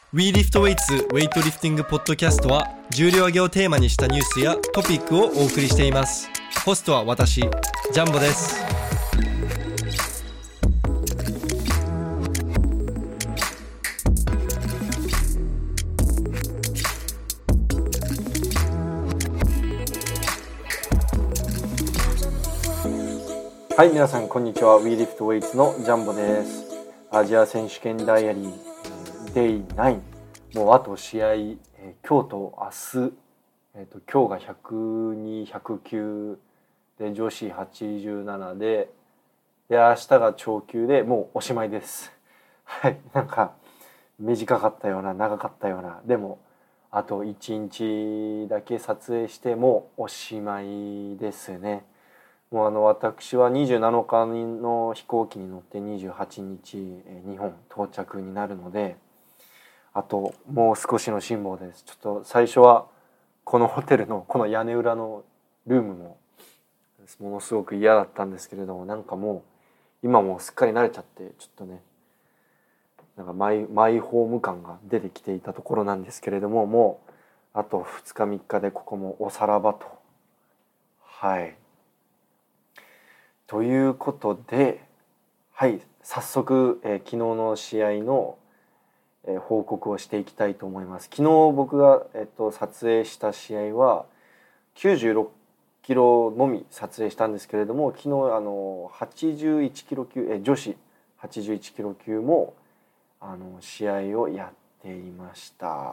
We Lift Weights ウェイトリフティングポッドキャストは重量挙げをテーマにしたニュースやトピックをお送りしています。ホストは私、ジャンボです。 はい、皆さんこんにちは。 We Lift Weights のジャンボです。アジア選手権ダイアリー Day9、 もうあと試合、今日と明日、今日が102、109で女子87で明日が長級でもうおしまいです。はい、なんか短かったような長かったような、でもあと1日だけ撮影してもうおしまいですね。もう私は27日の飛行機に乗って28日日本到着になるので、あともう少しの辛抱です。ちょっと最初はこのホテルのこの屋根裏のルームもものすごく嫌だったんですけれども、なんかもう今もうすっかり慣れちゃって、ちょっとね、なんかマイホーム感が出てきていたところなんですけれども、もうあと2日3日でここもおさらばと。はいということで、はい、早速、昨日の試合の、報告をしていきたいと思います。昨日僕が、撮影した試合は96キロのみ撮影したんですけれども、昨日81キロ級、女子81キロ級も試合をやっていました。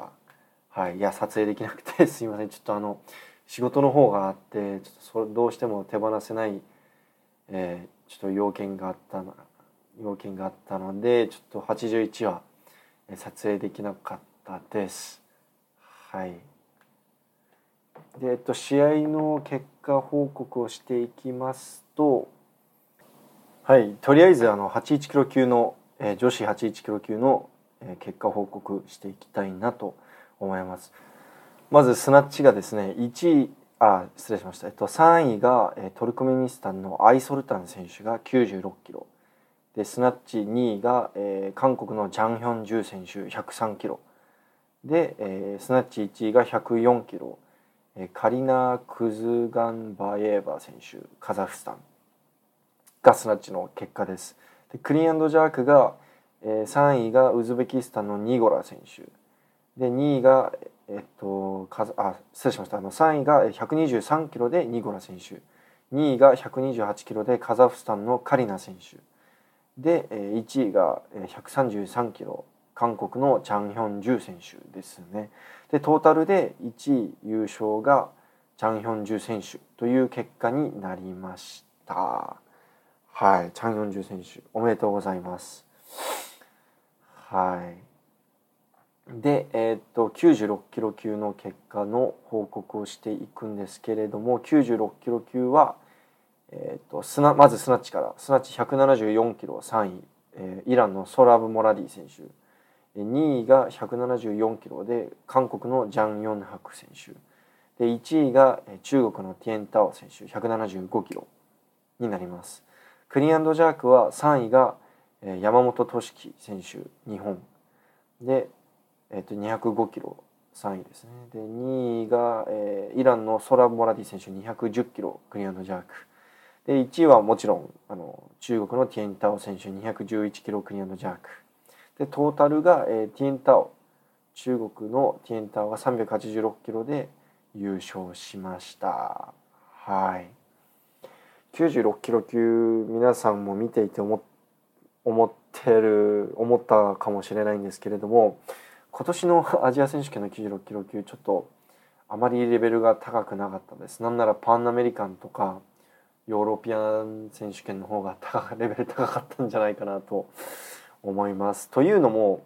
はい、いや撮影できなくてすいません。ちょっと仕事の方があって、ちょっとそれどうしても手放せないちょっと要件があったので、ちょっと81は撮影できなかったです。はい。で、試合の結果報告をしていきますと、はい、とりあえず81キロ級の、女子81キロ級の結果報告していきたいなと思います。まずスナッチがですね、失礼しました。3位がトルクメニスタンのアイソルタン選手が96キロで、スナッチ2位が韓国のジャンヒョンジュ選手103キロで、スナッチ1位が104キロ、カリナ・クズガンバエーバ選手カザフスタンがスナッチの結果です。でクリーン&ジャークが3位がウズベキスタンのニゴラ選手で、2位が失礼しました。3位が123キロでニゴラ選手、2位が128キロでカザフスタンのカリナ選手で、1位が133キロ韓国のチャンヒョンジュ選手ですね。でトータルで1位優勝がチャンヒョンジュ選手という結果になりました。はい、チャンヒョンジュ選手おめでとうございます。はい。で、96キロ級の結果の報告をしていくんですけれども、96キロ級は、まずスナッチから、スナッチ174キロ3位、イランのソラブ・モラディ選手、2位が174キロで韓国のジャン・ヨンハク選手で、1位が中国のティエンタオ選手175キロになります。クリーン&ジャークは3位が山本俊樹選手日本で205キロ3位ですね。で2位が、イランのソラブ・モラディ選手210キロクリアンドジャークで、1位はもちろん中国のティエンタオ選手211キロクリアンドジャークで、トータルが、ティエンタオ中国のティエンタオが386キロで優勝しました。はい。96キロ級皆さんも見ていて思ったかもしれないんですけれども、今年のアジア選手権の96キロ級ちょっとあまりレベルが高くなかったです。なんならパンアメリカンとかヨーロピアン選手権の方がレベル高かったんじゃないかなと思います。というのも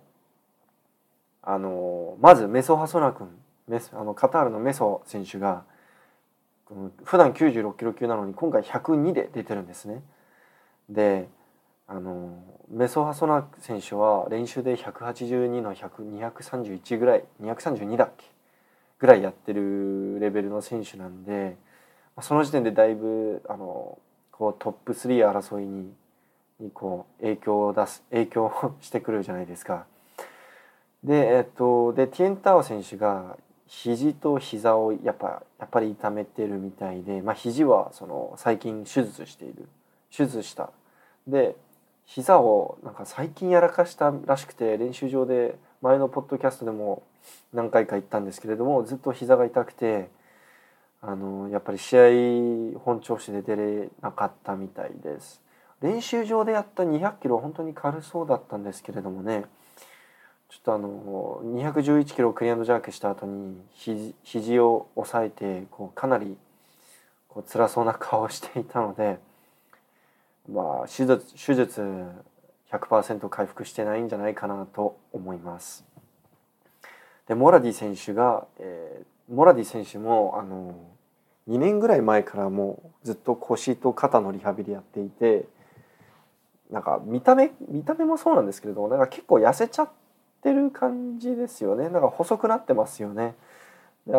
まずメソハソナ君、カタールのメソ選手が普段96キロ級なのに今回102で出てるんですね。でメソハソナ選手は練習で182の231ぐらい232だっけぐらいやってるレベルの選手なんで、その時点でだいぶこうトップ3争いにこう影響してくるじゃないですか。 でティエンタオ選手が肘と膝をやっぱり痛めてるみたいで、肘は最近手術した。で膝をなんか最近やらかしたらしくて、練習場で前のポッドキャストでも何回か言ったんですけれども、ずっと膝が痛くてやっぱり試合本調子で出れなかったみたいです。練習場でやった200キロ本当に軽そうだったんですけれどもね、ちょっと211キロクリアンドジャークした後に肘を押さえてかなり辛そうな顔をしていたので、手術 100% 回復してないんじゃないかなと思います。でモラディ選手も2年ぐらい前からもうずっと腰と肩のリハビリやっていて、なんか見た目もそうなんですけれども、なんか結構痩せちゃってる感じですよね。なんか細くなってますよね。で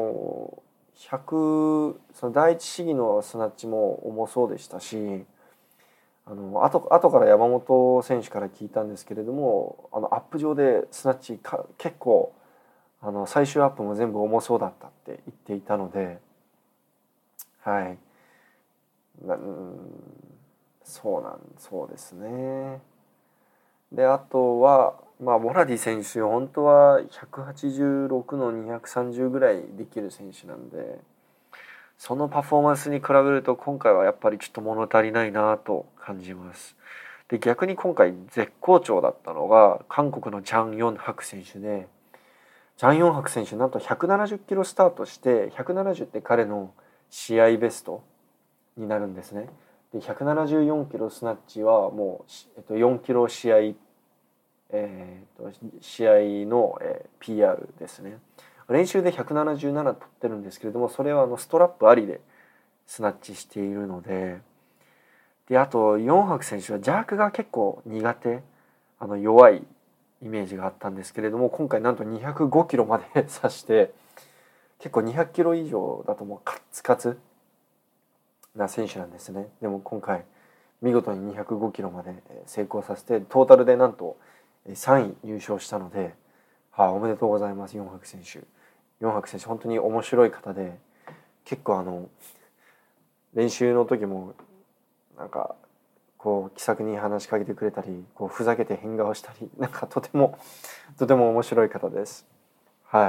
その第一試技のスナッチも重そうでしたし、後から山本選手から聞いたんですけれども、アップ上でスナッチ結構最終アップも全部重そうだったって言っていたので、はい、そうですね。であとは、モラディ選手本当は186の230ぐらいできる選手なんで、そのパフォーマンスに比べると今回はやっぱりちょっと物足りないなと感じます。で逆に今回絶好調だったのが韓国のチャン・ヨンハク選手で、チャン・ヨンハク選手なんと170キロスタートして170って彼の試合ベストになるんですね。で174キロスナッチはもう、4キロ試合、試合の、PR ですね。練習で177取ってるんですけれども、それはストラップありでスナッチしているので、あとヨンハク選手はジャークが結構苦手、弱いイメージがあったんですけれども、今回なんと205キロまで指して、結構200キロ以上だともうカツカツな選手なんですね。でも今回見事に205キロまで成功させて、トータルでなんと3位入賞したので、おめでとうございます。ヨンハク選手本当に面白い方で、結構練習の時もなんか気さくに話しかけてくれたり、ふざけて変顔したり、なんかとても面白い方です。はい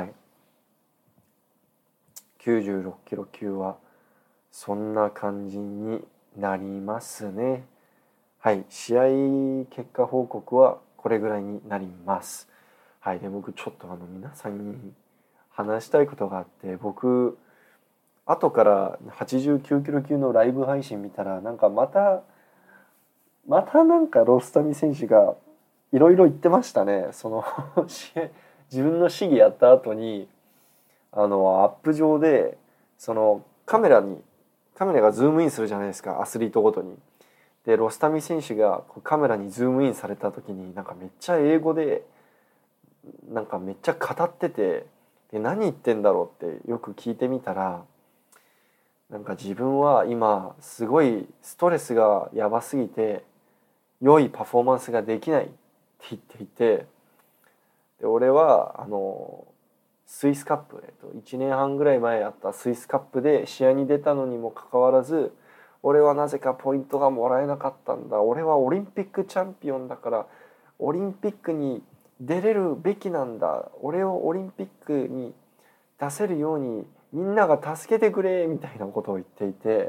。96キロ級はそんな感じになりますね。はい、試合結果報告はこれぐらいになります。はい。で僕ちょっと皆さんに話したいことがあって、僕後から89キロ級のライブ配信見たら、なんかまたなんかロスタミ選手がいろいろ言ってましたね。自分の試技やった後にアップ上でカメラがズームインするじゃないですか、アスリートごとに。でロスタミ選手がカメラにズームインされた時に、なんかめっちゃ英語でなんかめっちゃ語ってて、で何言ってんだろうってよく聞いてみたら、なんか自分は今すごいストレスがやばすぎて良いパフォーマンスができないって言っていて、で俺はスイスカップ、1年半ぐらい前やったスイスカップで試合に出たのにもかかわらず、俺はなぜかポイントがもらえなかったんだ、俺はオリンピックチャンピオンだからオリンピックに出れるべきなんだ、俺をオリンピックに出せるようにみんなが助けてくれみたいなことを言っていて、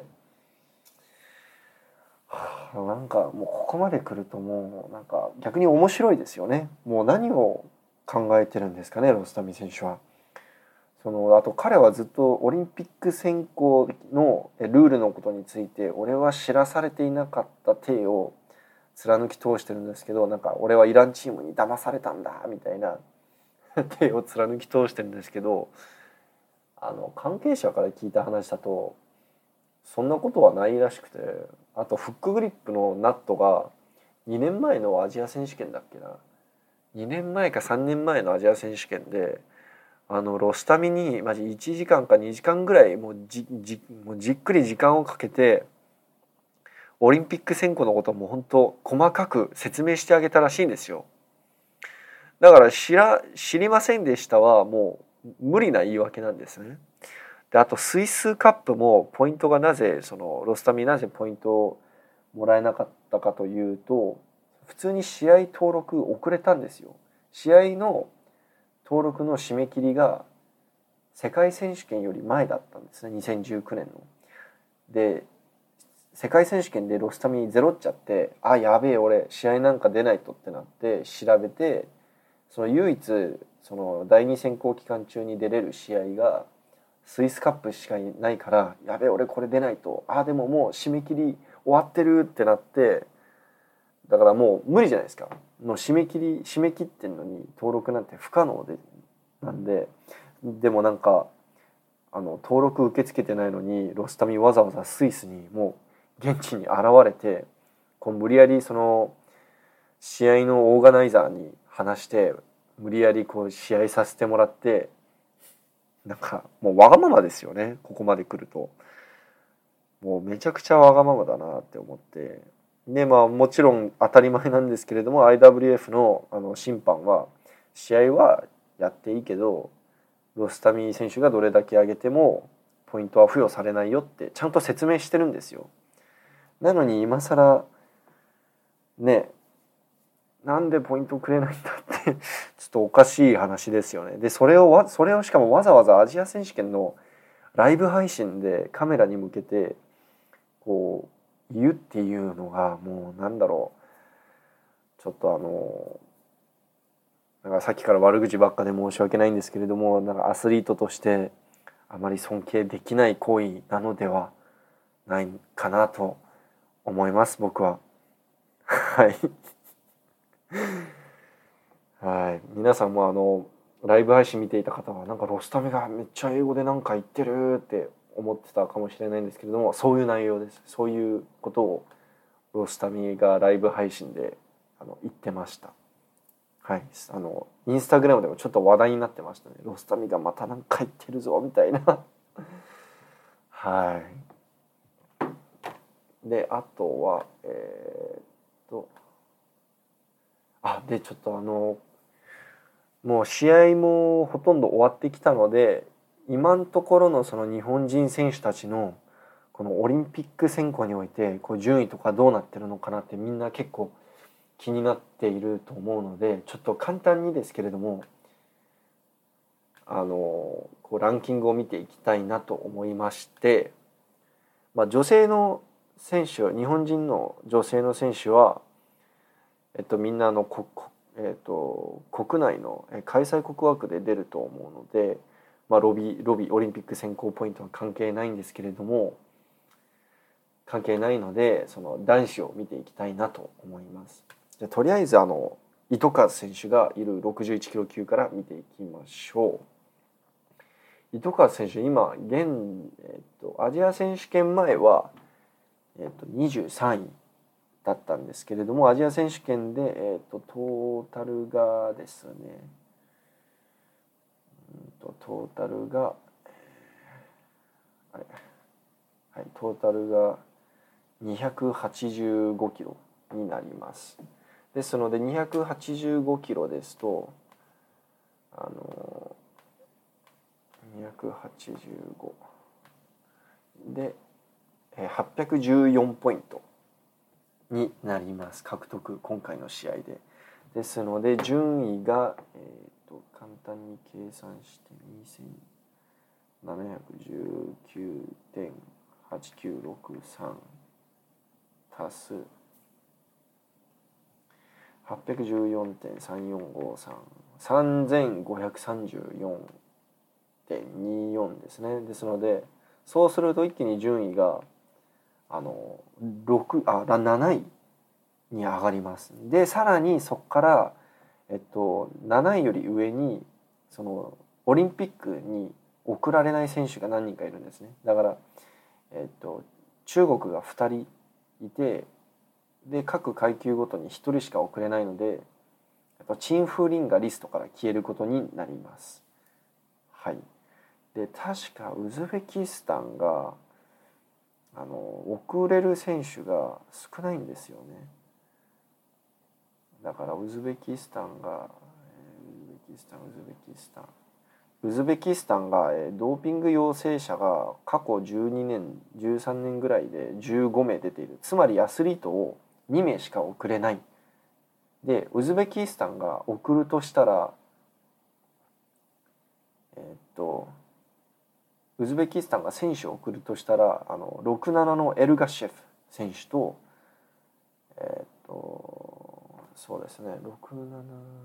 なんかもうここまで来るともうなんか逆に面白いですよね。もう何を考えてるんですかね、ロスタミ選手は。あと彼はずっとオリンピック選考のルールのことについて、俺は知らされていなかった体を貫き通してるんですけど、なんか俺はイランチームに騙されたんだみたいな体を貫き通してるんですけど、関係者から聞いた話だとそんなことはないらしくて、あとフックグリップのナットが2年前のアジア選手権だっけな、2年前か3年前のアジア選手権でロスタミにマジ1時間か2時間ぐらいもうじっくり時間をかけてオリンピック選考のことも本当細かく説明してあげたらしいんですよ。 だから知りませんでしたはもう無理な言い訳なんですね。であとスイスカップもポイントがなぜロスタミなぜポイントをもらえなかったかというと、普通に試合登録遅れたんですよ。試合の登録の締め切りが世界選手権より前だったんですね、2019年の。で世界選手権でロスタミゼロっちゃって、あやべえ俺試合なんか出ないとってなって調べて、唯一第二選考期間中に出れる試合がスイスカップしかないから、やべえ俺これ出ないと、でももう締め切り終わってるってなって、だからもう無理じゃないですか。もう締め切ってんのに登録なんて不可能なんで、でもなんか登録受け付けてないのにロスタミわざわざスイスにもう現地に現れて、無理やり試合のオーガナイザーに話して無理やり試合させてもらって、なんかもうわがままですよね。ここまで来るともうめちゃくちゃわがままだなって思って、でもちろん当たり前なんですけれども IWF の審判は試合はやっていいけどロスタミ選手がどれだけ上げてもポイントは付与されないよってちゃんと説明してるんですよ。なのに今更ね、なんでポイントくれないんだってちょっとおかしい話ですよね。でそれをしかもわざわざアジア選手権のライブ配信でカメラに向けて言うっていうのがもうなんだろう、ちょっとなんかさっきから悪口ばっかで申し訳ないんですけれども、なんかアスリートとしてあまり尊敬できない行為なのではないかなと思います僕は。はいはい、皆さんもライブ配信見ていた方はなんかロスタミがめっちゃ英語でなんか言ってるって思ってたかもしれないんですけれども、そういう内容です。そういうことをロスタミがライブ配信で言ってました。はい、インスタグラムでもちょっと話題になってましたね。ロスタミがまたなんか言ってるぞみたいなはいであとはでちょっともう試合もほとんど終わってきたので、今のところの日本人選手たちのこのオリンピック選考において順位とかどうなってるのかなってみんな結構気になっていると思うので、ちょっと簡単にですけれどもランキングを見ていきたいなと思いまして、女性の選手、日本人の女性の選手はみんな国内の開催国枠で出ると思うので、ロビーオリンピック選考ポイントは関係ないんですけれども、関係ないので男子を見ていきたいなと思います。じゃとりあえず糸数選手がいる61キロ級から見ていきましょう。糸数選手今アジア選手権前は23位だったんですけれども、アジア選手権で、トータルがですね、トータルが、トータルが285キロになります。ですので285キロですと285で814ポイントになります、獲得今回の試合で。ですので順位が、簡単に計算して2719.8963足す 814.3453 3534.24 ですね。ですのでそうすると一気に順位が7位に上がります。でさらにそこから7位より上にオリンピックに送られない選手が何人かいるんですね。だから中国が2人いて、で各階級ごとに1人しか送れないのでチン・フー・リンがリストから消えることになります。はい。で確かウズベキスタンが送れる選手が少ないんですよね。だからウズベキスタンがウズベキスタンがドーピング陽性者が過去12年13年ぐらいで15名出ている。つまりアスリートを2名しか送れない。でウズベキスタンが送るとしたらウズベキスタンが選手を送るとしたら67のエルガシェフ選手とそうですね67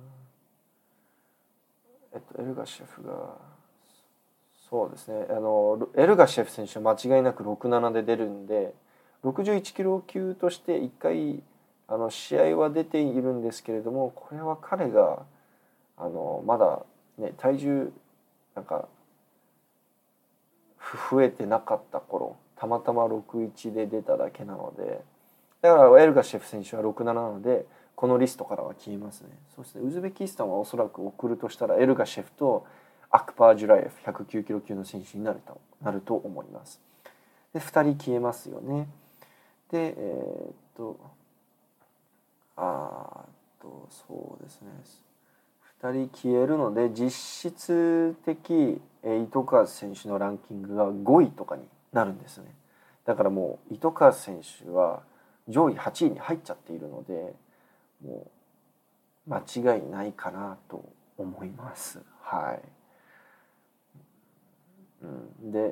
エルガシェフがそうですねエルガシェフ選手は間違いなく67で出るんで61キロ級として1回試合は出ているんですけれども、これは彼がまだね体重なんか増えてなかった頃たまたま61で出ただけなので、だからエルガシェフ選手は67なのでこのリストからは消えますね。そしてウズベキスタンはおそらく送るとしたらエルガシェフとアクパー・ジュライエフ109キロ級の選手になると思います。で2人消えますよね。でそうですね2人消えるので実質的糸数選手のランキングが5位とかになるんですね。だからもう糸数選手は上位8位に入っちゃっているのでもう間違いないかなと思います。はい。で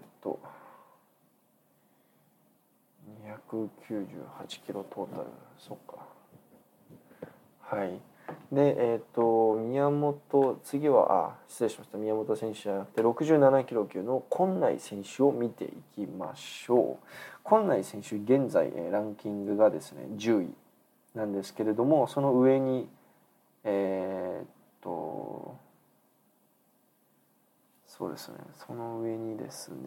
298キロトータル、そっか。はい。で宮本次は失礼しました。宮本選手じゃなくて67キロ級の今内選手を見ていきましょう。今内選手現在ランキングがですね10位なんですけれども、その上にそうですねその上にですね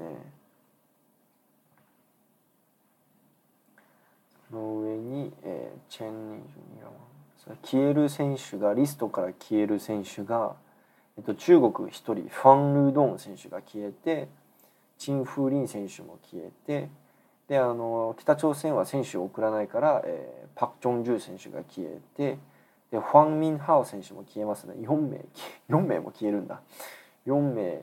その上にチェン22ラ消える選手がリストから消える選手が、中国1人ファン・ルードン選手が消えてチン・フーリン選手も消えてで北朝鮮は選手を送らないから、パク・チョンジュ選手が消えてでファン・ミンハオ選手も消えますね。4名も消えるんだ。4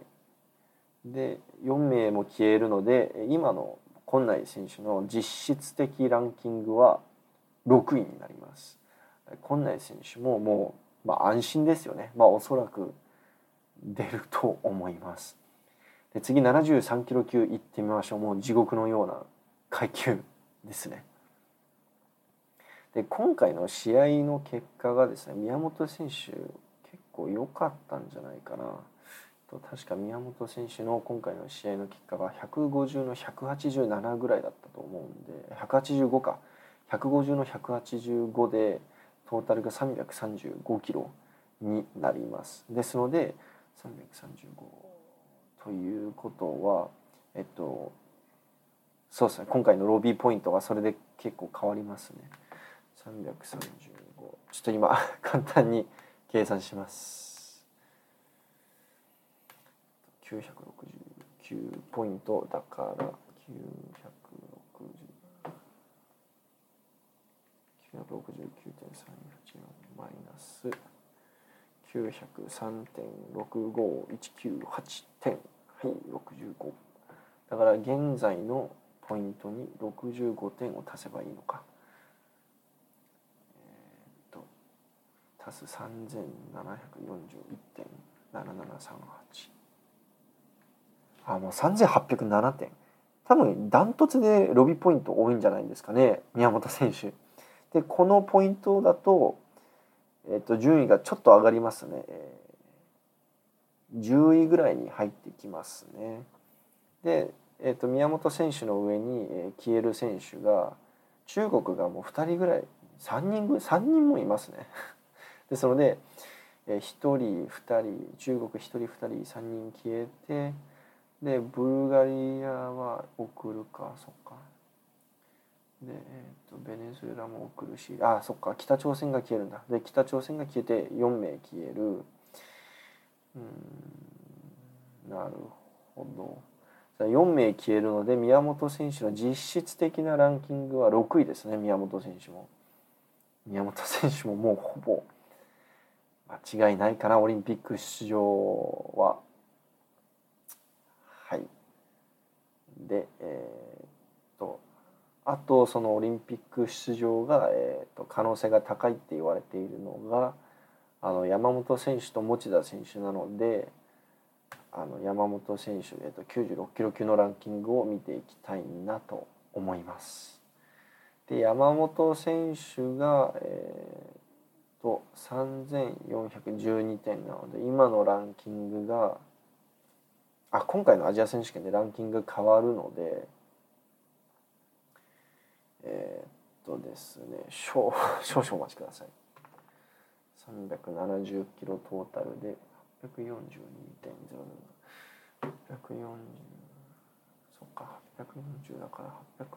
名も消えるので今の今内選手の実質的ランキングは6位になります。今内選手ももう、安心ですよね。おそらく出ると思います。で次73キロ級いってみましょう。もう地獄のような階級ですね。で今回の試合の結果がですね宮本選手結構良かったんじゃないかな。確か宮本選手の今回の試合の結果が150の187ぐらいだったと思うんで185か150の185でトータルが335キロになります。ですので335ということはそうですね今回のロビーポイントがそれで結構変わりますね。335ちょっと今簡単に計算します。969ポイントだから969.384マイナス 903.65198 点はい65だから現在のポイントに65点を足せばいいのか。足す 3741.7738 もう3807点。多分ダントツでロビーポイント多いんじゃないんですかね宮本選手でこのポイントだと、順位がちょっと上がりますね、10位ぐらいに入ってきますね。で、宮本選手の上に、消える選手が中国がもう2人ぐらい3人もいますねですので、1人2人中国1人2人3人消えてでブルガリアは送るかそっかで、ベネズエラも送るしそっか北朝鮮が消えるんだ。で北朝鮮が消えて4名消える。なるほど。4名消えるので宮本選手の実質的なランキングは6位ですね。宮本選手ももうほぼ間違いないかな、オリンピック出場は。はい。で、あとそのオリンピック出場が、可能性が高いって言われているのが山本選手と持田選手なので、山本選手、96キロ級のランキングを見ていきたいなと思います。で、山本選手が、3412点なので、今のランキングが今回のアジア選手権でランキング変わるので、ですね、少々お待ちください。370キロトータルで 842.07、 840、そっか、840だから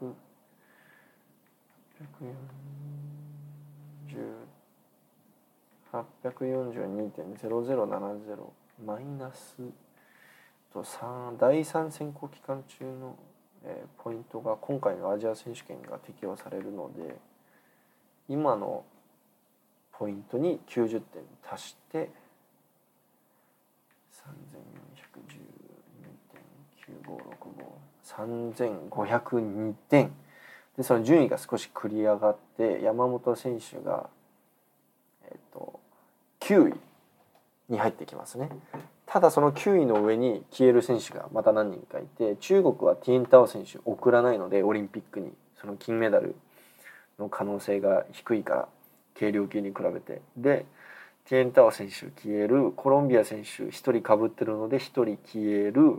842.0070マイナスと第3選考期間中のポイントが今回のアジア選手権が適用されるので、今のポイントに90点足して3412.95653502点で、その順位が少し繰り上がって山本選手が、9位に入ってきますね。ただその9位の上に消える選手がまた何人かいて、中国はティエンタオ選手送らないので、オリンピックにその金メダルの可能性が低いから、軽量級に比べて。でティエンタオ選手消える、コロンビア選手1人かぶってるので1人消える、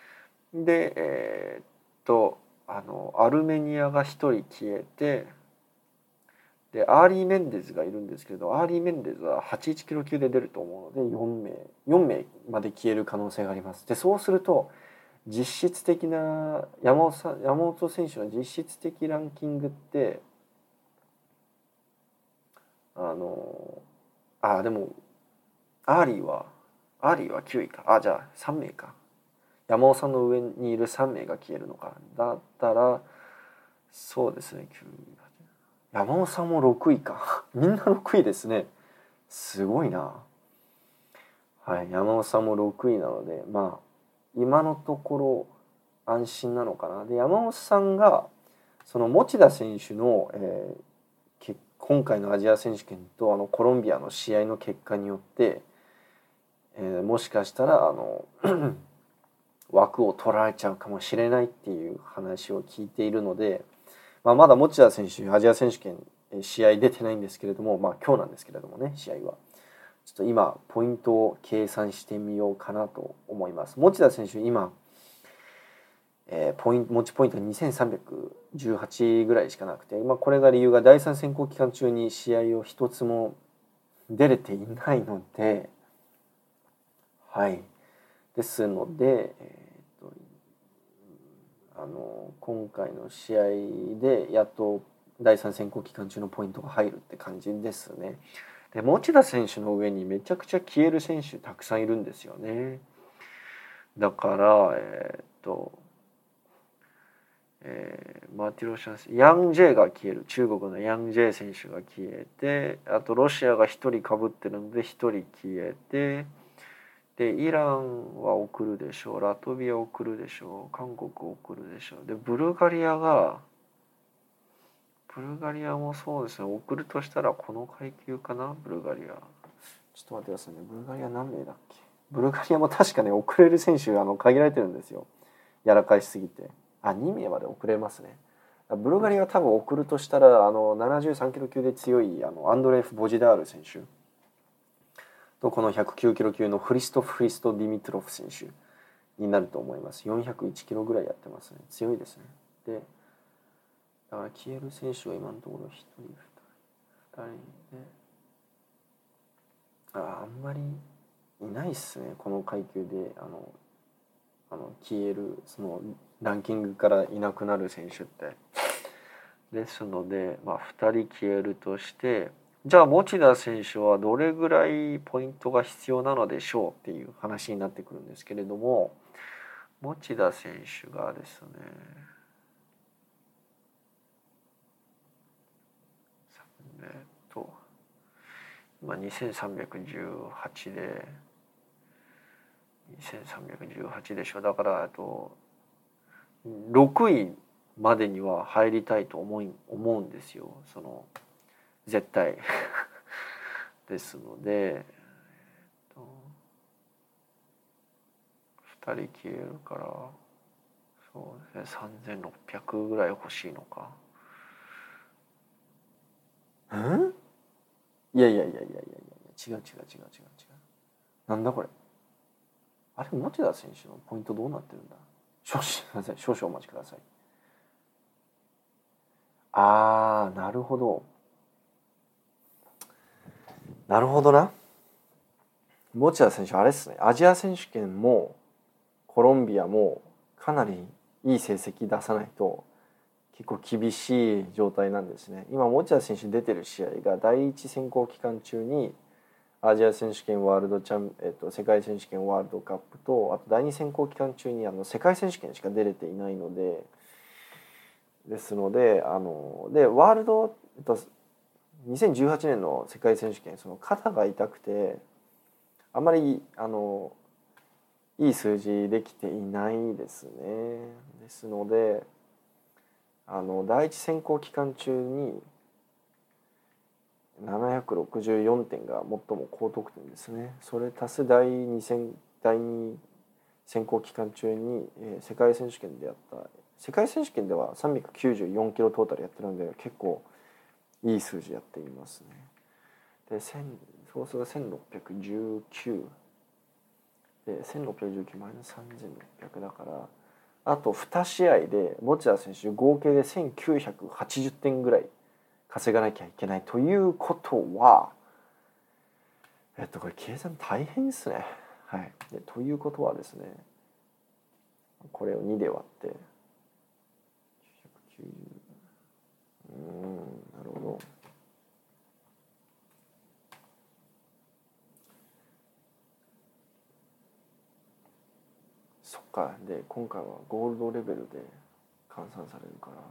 でアルメニアが1人消えて、でアーリー・メンデズがいるんですけど、アーリー・メンデズは81キロ級で出ると思うので4名まで消える可能性があります。でそうすると実質的な山本選手の実質的ランキングってでもアーリーは9位か。じゃあ3名か。山本さんの上にいる3名が消えるのか。だったらそうですね、9位。山本さんも6位か。みんな6位ですね。すごいな。はい、山本さんも6位なので、今のところ安心なのかな。で山本さんがその持田選手の、今回のアジア選手権とコロンビアの試合の結果によって、もしかしたら枠を取られちゃうかもしれないっていう話を聞いているので、まだ持田選手アジア選手権試合出てないんですけれども、今日なんですけれどもね、試合はちょっと今ポイントを計算してみようかなと思います。持田選手今持ちポイントが2318ぐらいしかなくて、これが理由が第3選考期間中に試合を一つも出れていないので、はいですので、今回の試合でやっと第3選考期間中のポイントが入るって感じですね。で持田選手の上にめちゃくちゃ消える選手たくさんいるんですよね。だからマーティロシャンスヤン・ジェイが消える、中国のヤン・ジェイ選手が消えて、あとロシアが1人かぶってるので1人消えて、でイランは送るでしょう、ラトビア送るでしょう、韓国送るでしょう、でブルガリアもそうですね、送るとしたらこの階級かな。ブルガリアちょっと待ってくださいね。ブルガリア何名だっけ。ブルガリアも確かね送れる選手限られてるんですよ、やらかしすぎて。2名まで送れますね。ブルガリアは多分送るとしたら73キロ級で強いアンドレフ・ボジダール選手と、この109キロ級のフリスト・ディミトロフ選手になると思います。401キロぐらいやってますね。強いですね。でだから消える選手は今のところ1人2人であんまりいないっすね、この階級で消える、そのランキングからいなくなる選手って。ですので、2人消えるとして、じゃあ持田選手はどれぐらいポイントが必要なのでしょうっていう話になってくるんですけれども、持田選手がですね、 2318で2318でしょ。だからと6位までには入りたいと思うんですよ。その絶対ですので、2人消えるからそうですね、3600ぐらい欲しいのか。いやいやいやいやいやいや、違う。なんだこれ。あれ、持田選手のポイントどうなってるんだ。少々お待ちください。なるほどな。持田選手あれですね、アジア選手権もコロンビアもかなりいい成績出さないと結構厳しい状態なんですね。今持田選手出てる試合が第一選考期間中にアジア選手権ワールド世界選手権ワールドカップと、あと第二選考期間中に世界選手権しか出れていないので、ですのででワールド、2018年の世界選手権、その肩が痛くてあまりいい数字できていないですね。ですので第一選考期間中に764点が最も高得点ですね。それ足す第二選考期間中に世界選手権でやった世界選手権では394キロトータルやってるので結構いい数字やっていますね。でそうすると1619で1619マイナス3600だから、あと2試合で持田選手合計で1980点ぐらい稼がなきゃいけないということは、これ計算大変ですね。はい。ということはですね、これを2で割って990、なるほど。そっか。で今回はゴールドレベルで換算されるから、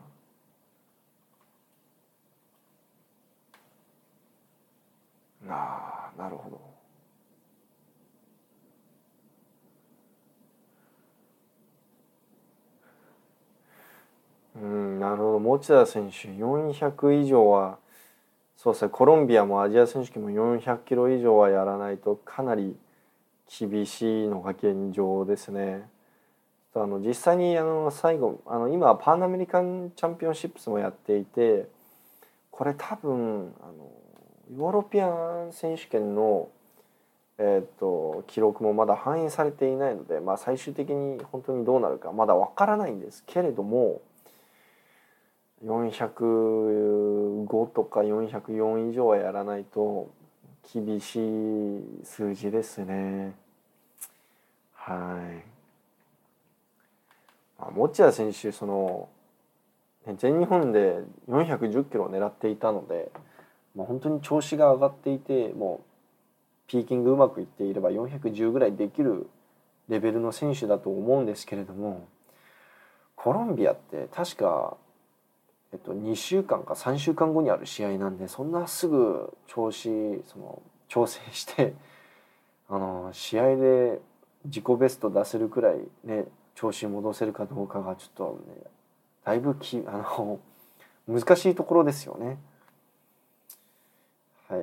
なるほど。なるほど。持田選手400以上は、そうですね、コロンビアもアジア選手権も400キロ以上はやらないとかなり厳しいのが現状ですね。実際に最後今パンアメリカンチャンピオンシップスもやっていて、これ多分ヨーロピアン選手権の記録もまだ反映されていないので、最終的に本当にどうなるかまだわからないんですけれども、405とか404以上はやらないと厳しい数字ですね。はい。持田選手全日本で410キロを狙っていたので、本当に調子が上がっていて、もうピーキングうまくいっていれば410ぐらいできるレベルの選手だと思うんですけれども、コロンビアって確か2週間か3週間後にある試合なんで、そんなすぐ調整して試合で自己ベスト出せるくらいね、調子戻せるかどうかがちょっとね、だいぶ難しいところですよね。はい。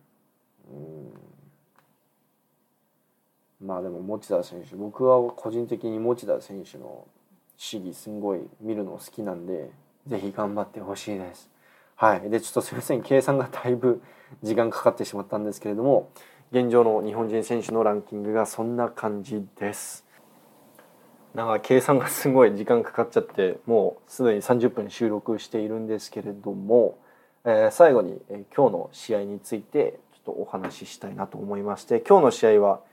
でも持田選手、僕は個人的に持田選手の試技すごい見るの好きなんで、ぜひ頑張ってほしいです。はい。でちょっとすみません、計算がだいぶ時間かかってしまったんですけれども、現状の日本人選手のランキングがそんな感じです。計算がすごい時間かかっちゃって、もうすでに30分収録しているんですけれども、最後に、今日の試合についてちょっとお話ししたいなと思いまして、今日の試合は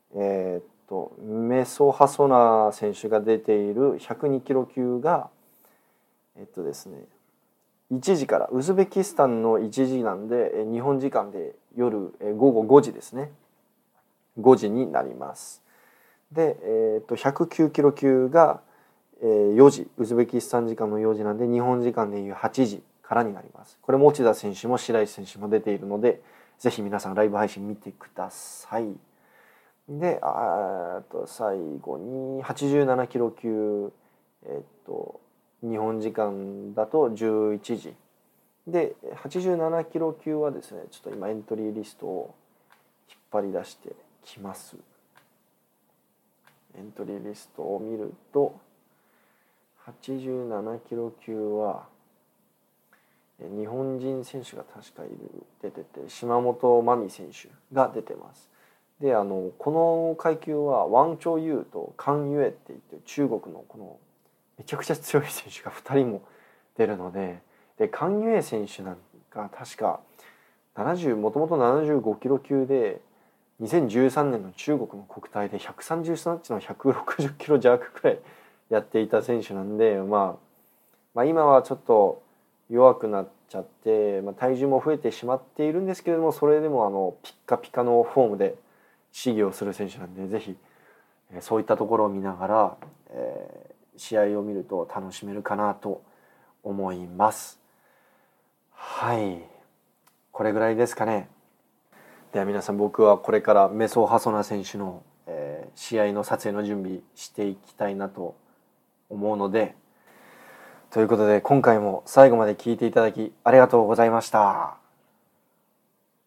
メソハソナ選手が出ている102キロ級がですね、1時からウズベキスタンの1時なんで、日本時間で夜午後5時ですね、5時になります。で、109キロ級が4時、ウズベキスタン時間の4時なんで、日本時間でいう8時からになります。これ持田選手も白石選手も出ているので、 ぜひ皆さんライブ配信見てください。で最後に87キロ級、日本時間だと11時で、87キロ級はですね、ちょっと今エントリーリストを引っ張り出してきます。エントリーリストを見ると、87キロ級は日本人選手が確か出てて、島本真美選手が出てます。でこの階級はワン・チョウ・ユーとカン・ユエっていって中国のこのめちゃくちゃ強い選手が2人も出るので、カン・ユエ選手なんか確かもともと75キロ級で2013年の中国の国体で130スナッチの160キロ弱くらいやっていた選手なんで、まあ今はちょっと弱くなっちゃって、体重も増えてしまっているんですけれども、それでもピッカピカのフォームで試技をする選手なんで、ぜひそういったところを見ながら、試合を見ると楽しめるかなと思います。はい、これぐらいですかね。では皆さん、僕はこれからメソ・ハソナ選手の、試合の撮影の準備していきたいなと思うので、ということで今回も最後まで聞いていただきありがとうございました。